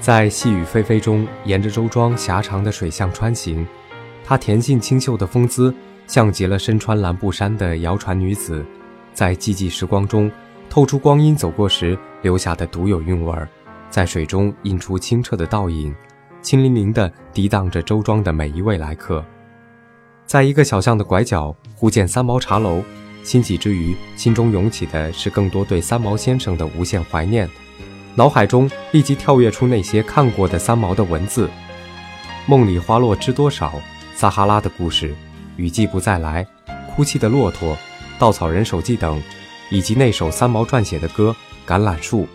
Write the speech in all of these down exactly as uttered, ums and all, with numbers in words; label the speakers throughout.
Speaker 1: 在细雨霏霏中，沿着周庄狭长的水巷穿行，她恬静清秀的风姿像极了身穿蓝布衫的摇船女子，在寂寂时光中透出光阴走过时留下的独有韵味，在水中映出清澈的倒影，清凌凌地涤荡着周庄的每一位来客。在一个小巷的拐角，忽见三毛茶楼，欣喜之余，心中涌起的是更多对三毛先生的无限怀念，脑海中立即跳跃出那些看过的三毛的文字：梦里花落知多少，撒哈拉的故事，雨季不再来，哭泣的骆驼，稻草人手记等，以及那首三毛撰写的歌《橄榄树》。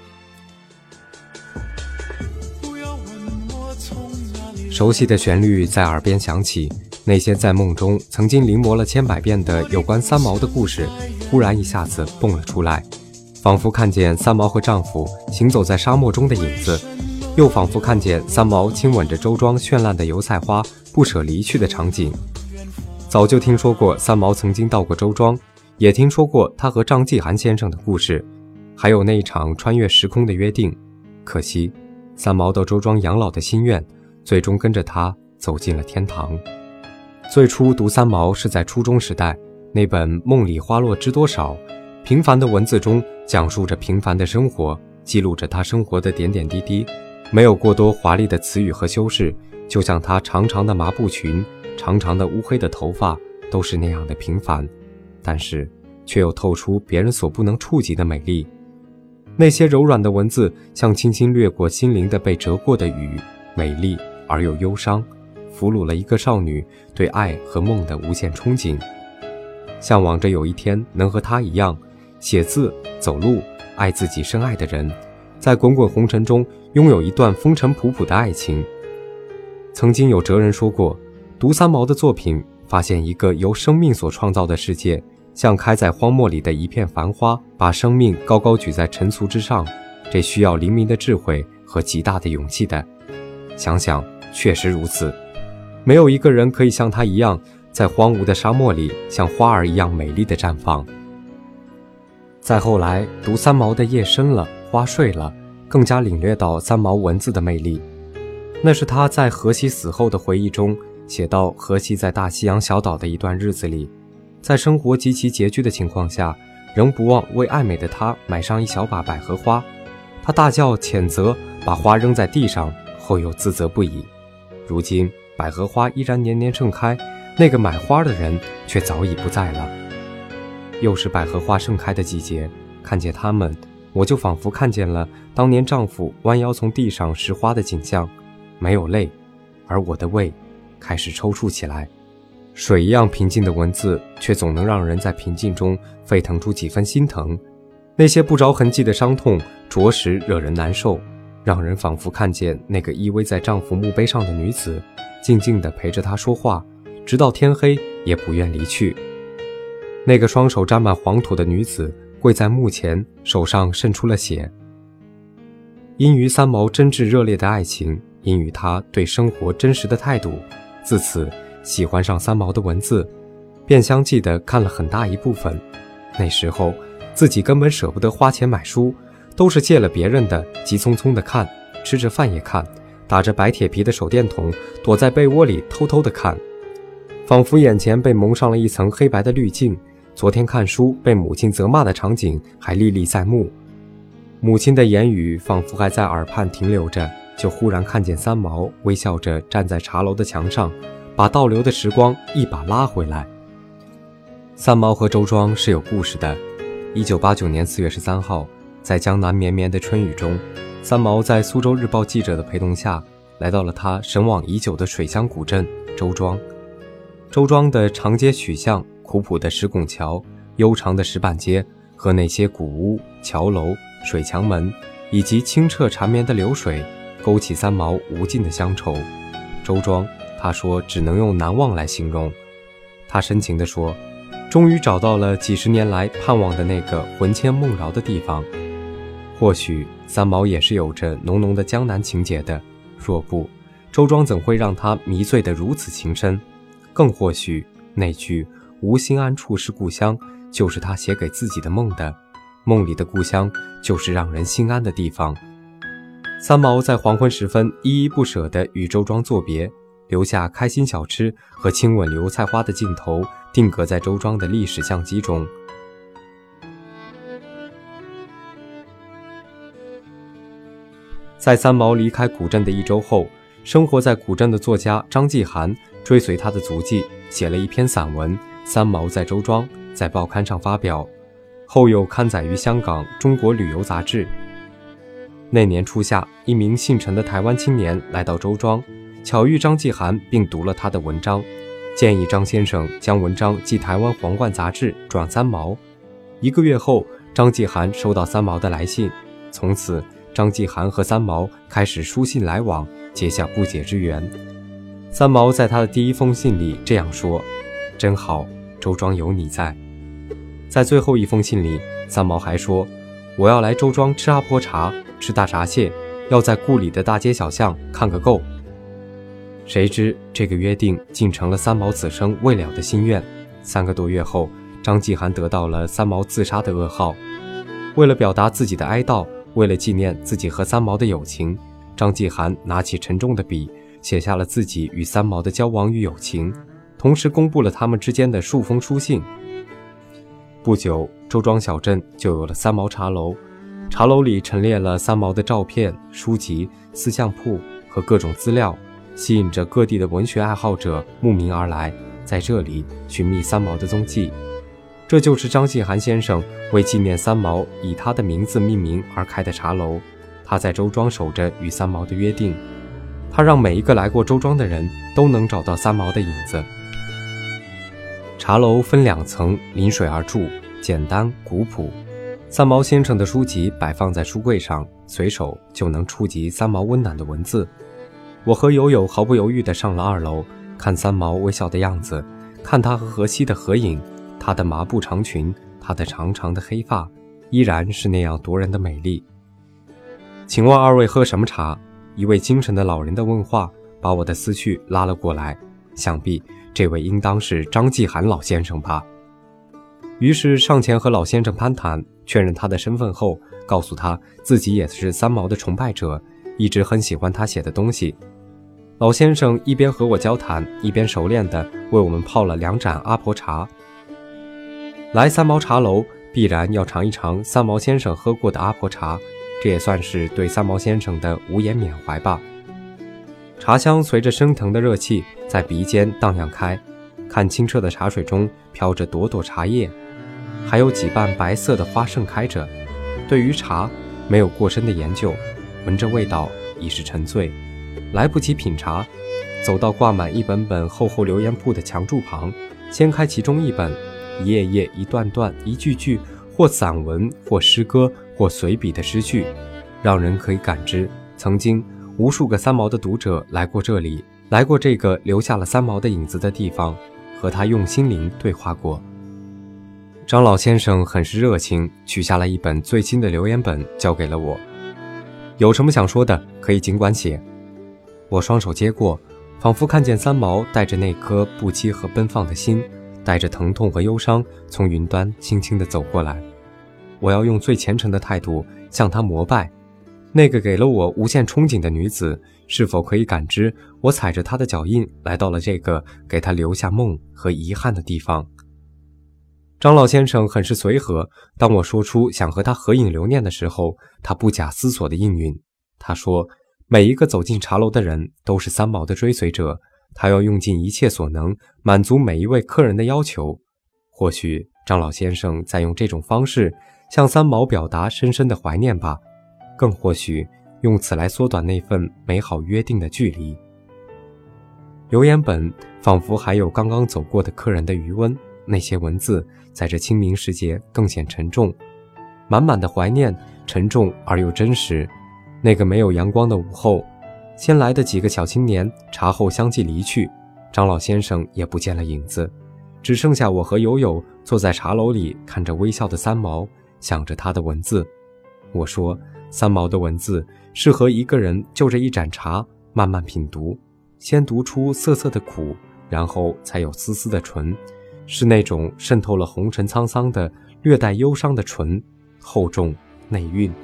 Speaker 1: 熟悉的旋律在耳边响起，那些在梦中曾经临摹了千百遍的有关三毛的故事，忽然一下子蹦了出来，仿佛看见三毛和丈夫行走在沙漠中的影子，又仿佛看见三毛亲吻着周庄绚烂的油菜花，不舍离去的场景。早就听说过三毛曾经到过周庄，也听说过他和张继涵先生的故事，还有那一场穿越时空的约定。可惜三毛到周庄养老的心愿最终跟着他走进了天堂。最初读三毛是在初中时代，那本《梦里花落知多少》，平凡的文字中讲述着平凡的生活，记录着他生活的点点滴滴，没有过多华丽的词语和修饰，就像他长长的麻布裙，长长的乌黑的头发，都是那样的平凡，但是却又透出别人所不能触及的美丽。那些柔软的文字像轻轻掠过心灵的被折过的雨，美丽而又忧伤，俘虏了一个少女对爱和梦的无限憧憬，向往着有一天能和她一样写字走路，爱自己深爱的人，在滚滚红尘中拥有一段风尘仆仆的爱情。曾经有哲人说过，读三毛的作品，发现一个由生命所创造的世界，像开在荒漠里的一片繁花，把生命高高举在尘俗之上，这需要灵敏的智慧和极大的勇气的。想想确实如此，没有一个人可以像他一样，在荒芜的沙漠里像花儿一样美丽的绽放。再后来读三毛的夜深了，花睡了，更加领略到三毛文字的魅力。那是他在荷西死后的回忆中写到，荷西在大西洋小岛的一段日子里，在生活极其拮据的情况下，仍不忘为爱美的他买上一小把百合花。他大叫谴责，把花扔在地上，后又自责不已。如今百合花依然年年盛开，那个买花的人却早已不在了。又是百合花盛开的季节，看见它们，我就仿佛看见了当年丈夫弯腰从地上拾花的景象，没有泪，而我的胃开始抽搐起来。水一样平静的文字，却总能让人在平静中沸腾出几分心疼。那些不着痕迹的伤痛，着实惹人难受，让人仿佛看见那个依偎在丈夫墓碑上的女子，静静地陪着他说话，直到天黑也不愿离去。那个双手沾满黄土的女子跪在墓前，手上渗出了血。因于三毛真挚热烈的爱情，因于他对生活真实的态度，自此喜欢上三毛的文字，便相继地看了很大一部分。那时候自己根本舍不得花钱买书，都是借了别人的，急匆匆地看，吃着饭也看，打着白铁皮的手电筒，躲在被窝里偷偷地看，仿佛眼前被蒙上了一层黑白的滤镜。昨天看书被母亲责骂的场景还历历在目，母亲的言语仿佛还在耳畔停留着，就忽然看见三毛微笑着站在茶楼的墙上，把倒流的时光一把拉回来。三毛和周庄是有故事的。一九八九年四月十三号，在江南绵绵的春雨中，三毛在苏州日报记者的陪同下，来到了他神往已久的水乡古镇周庄。周庄的长街曲巷，古朴的石拱桥，悠长的石板街，和那些古屋、桥楼、水墙门，以及清澈缠绵的流水，勾起三毛无尽的乡愁。周庄，他说只能用难忘来形容。他深情地说，终于找到了几十年来盼望的那个魂牵梦绕的地方。或许三毛也是有着浓浓的江南情结的，若不，周庄怎会让他迷醉得如此情深？更或许那句无心安处是故乡，就是他写给自己的梦的，梦里的故乡就是让人心安的地方。 三毛在黄昏时分依依不舍地与周庄作别，留下开心小吃和亲吻油菜花的镜头定格在周庄的历史相机中。在三毛离开古镇的一周后，生活在古镇的作家张继涵追随他的足迹，写了一篇散文《三毛在周庄》，在报刊上发表，后又刊载于香港《中国旅游》杂志。那年初夏，一名姓陈的台湾青年来到周庄，巧遇张继涵并读了他的文章，建议张先生将文章寄台湾皇冠杂志转三毛。一个月后，张继涵收到三毛的来信，从此张继涵和三毛开始书信来往，结下不解之缘。三毛在他的第一封信里这样说：真好，周庄有你在。在最后一封信里，三毛还说：我要来周庄吃阿婆茶，吃大闸蟹，要在故里的大街小巷看个够。谁知这个约定竟成了三毛此生未了的心愿。三个多月后，张继涵得到了三毛自杀的噩耗。为了表达自己的哀悼，为了纪念自己和三毛的友情，张继涵拿起沉重的笔，写下了自己与三毛的交往与友情，同时公布了他们之间的数封书信。不久，周庄小镇就有了三毛茶楼，茶楼里陈列了三毛的照片、书籍、四相簿和各种资料，吸引着各地的文学爱好者慕名而来，在这里寻觅三毛的踪迹。这就是张继涵先生为纪念三毛以他的名字命名而开的茶楼。他在周庄守着与三毛的约定，他让每一个来过周庄的人都能找到三毛的影子。茶楼分两层，临水而筑，简单古朴。三毛先生的书籍摆放在书柜上，随手就能触及三毛温暖的文字。我和友友毫不犹豫地上了二楼，看三毛微笑的样子，看他和荷西的合影，她的麻布长裙，她的长长的黑发，依然是那样夺人的美丽。请问二位喝什么茶？一位精神的老人的问话把我的思绪拉了过来，想必这位应当是张继涵老先生吧。于是上前和老先生攀谈，确认他的身份后，告诉他自己也是三毛的崇拜者，一直很喜欢他写的东西。老先生一边和我交谈，一边熟练地为我们泡了两盏阿婆茶。来三毛茶楼必然要尝一尝三毛先生喝过的阿婆茶，这也算是对三毛先生的无言缅怀吧。茶香随着升腾的热气在鼻尖荡漾开，看清澈的茶水中飘着朵朵茶叶，还有几瓣白色的花盛开着。对于茶没有过深的研究，闻着味道已是沉醉，来不及品茶，走到挂满一本本厚厚留言簿的墙柱旁，掀开其中一本，一页页一段段一句句，或散文或诗歌或随笔的诗句，让人可以感知曾经无数个三毛的读者来过这里，来过这个留下了三毛的影子的地方，和他用心灵对话过。张老先生很是热情，取下了一本最新的留言本交给了我，有什么想说的可以尽管写。我双手接过，仿佛看见三毛带着那颗不羁和奔放的心，带着疼痛和忧伤从云端轻轻地走过来。我要用最虔诚的态度向她膜拜。那个给了我无限憧憬的女子，是否可以感知我踩着她的脚印来到了这个给她留下梦和遗憾的地方？张老先生很是随和，当我说出想和他合影留念的时候，他不假思索地应允。他说每一个走进茶楼的人都是三毛的追随者，他要用尽一切所能满足每一位客人的要求。或许张老先生在用这种方式向三毛表达深深的怀念吧，更或许用此来缩短那份美好约定的距离。留言本仿佛还有刚刚走过的客人的余温，那些文字在这清明时节更显沉重，满满的怀念，沉重而又真实。那个没有阳光的午后，先来的几个小青年茶后相继离去，张老先生也不见了影子，只剩下我和友友坐在茶楼里，看着微笑的三毛，想着他的文字。我说三毛的文字适合一个人就着一盏茶慢慢品读，先读出涩涩的苦，然后才有丝丝的醇，是那种渗透了红尘沧桑的略带忧伤的醇，厚重内蕴，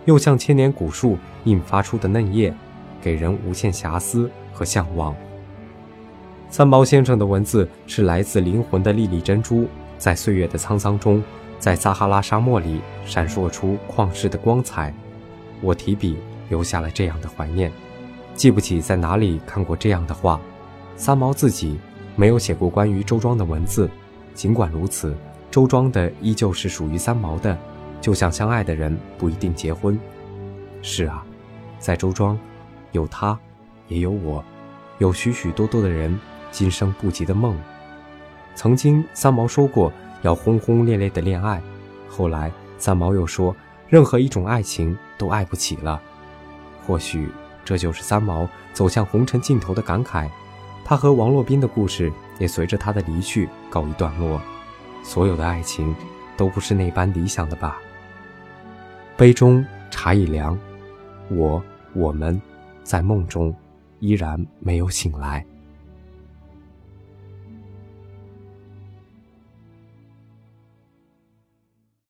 Speaker 1: 又像千年古树印发出的嫩叶，给人无限遐思和向往。三毛先生的文字是来自灵魂的粒粒珍珠，在岁月的沧桑中，在撒哈拉沙漠里闪烁出旷世的光彩。我提笔留下了这样的怀念，记不起在哪里看过这样的话。三毛自己没有写过关于周庄的文字，尽管如此，周庄的依旧是属于三毛的，就像相爱的人不一定结婚。是啊，在周庄，有他，也有我，有许许多多的人今生不及的梦。曾经三毛说过要轰轰烈烈的恋爱，后来三毛又说任何一种爱情都爱不起了。或许这就是三毛走向红尘尽头的感慨，他和王洛宾的故事也随着他的离去告一段落。所有的爱情都不是那般理想的吧。杯中茶已凉，我我们在梦中依然没有醒来。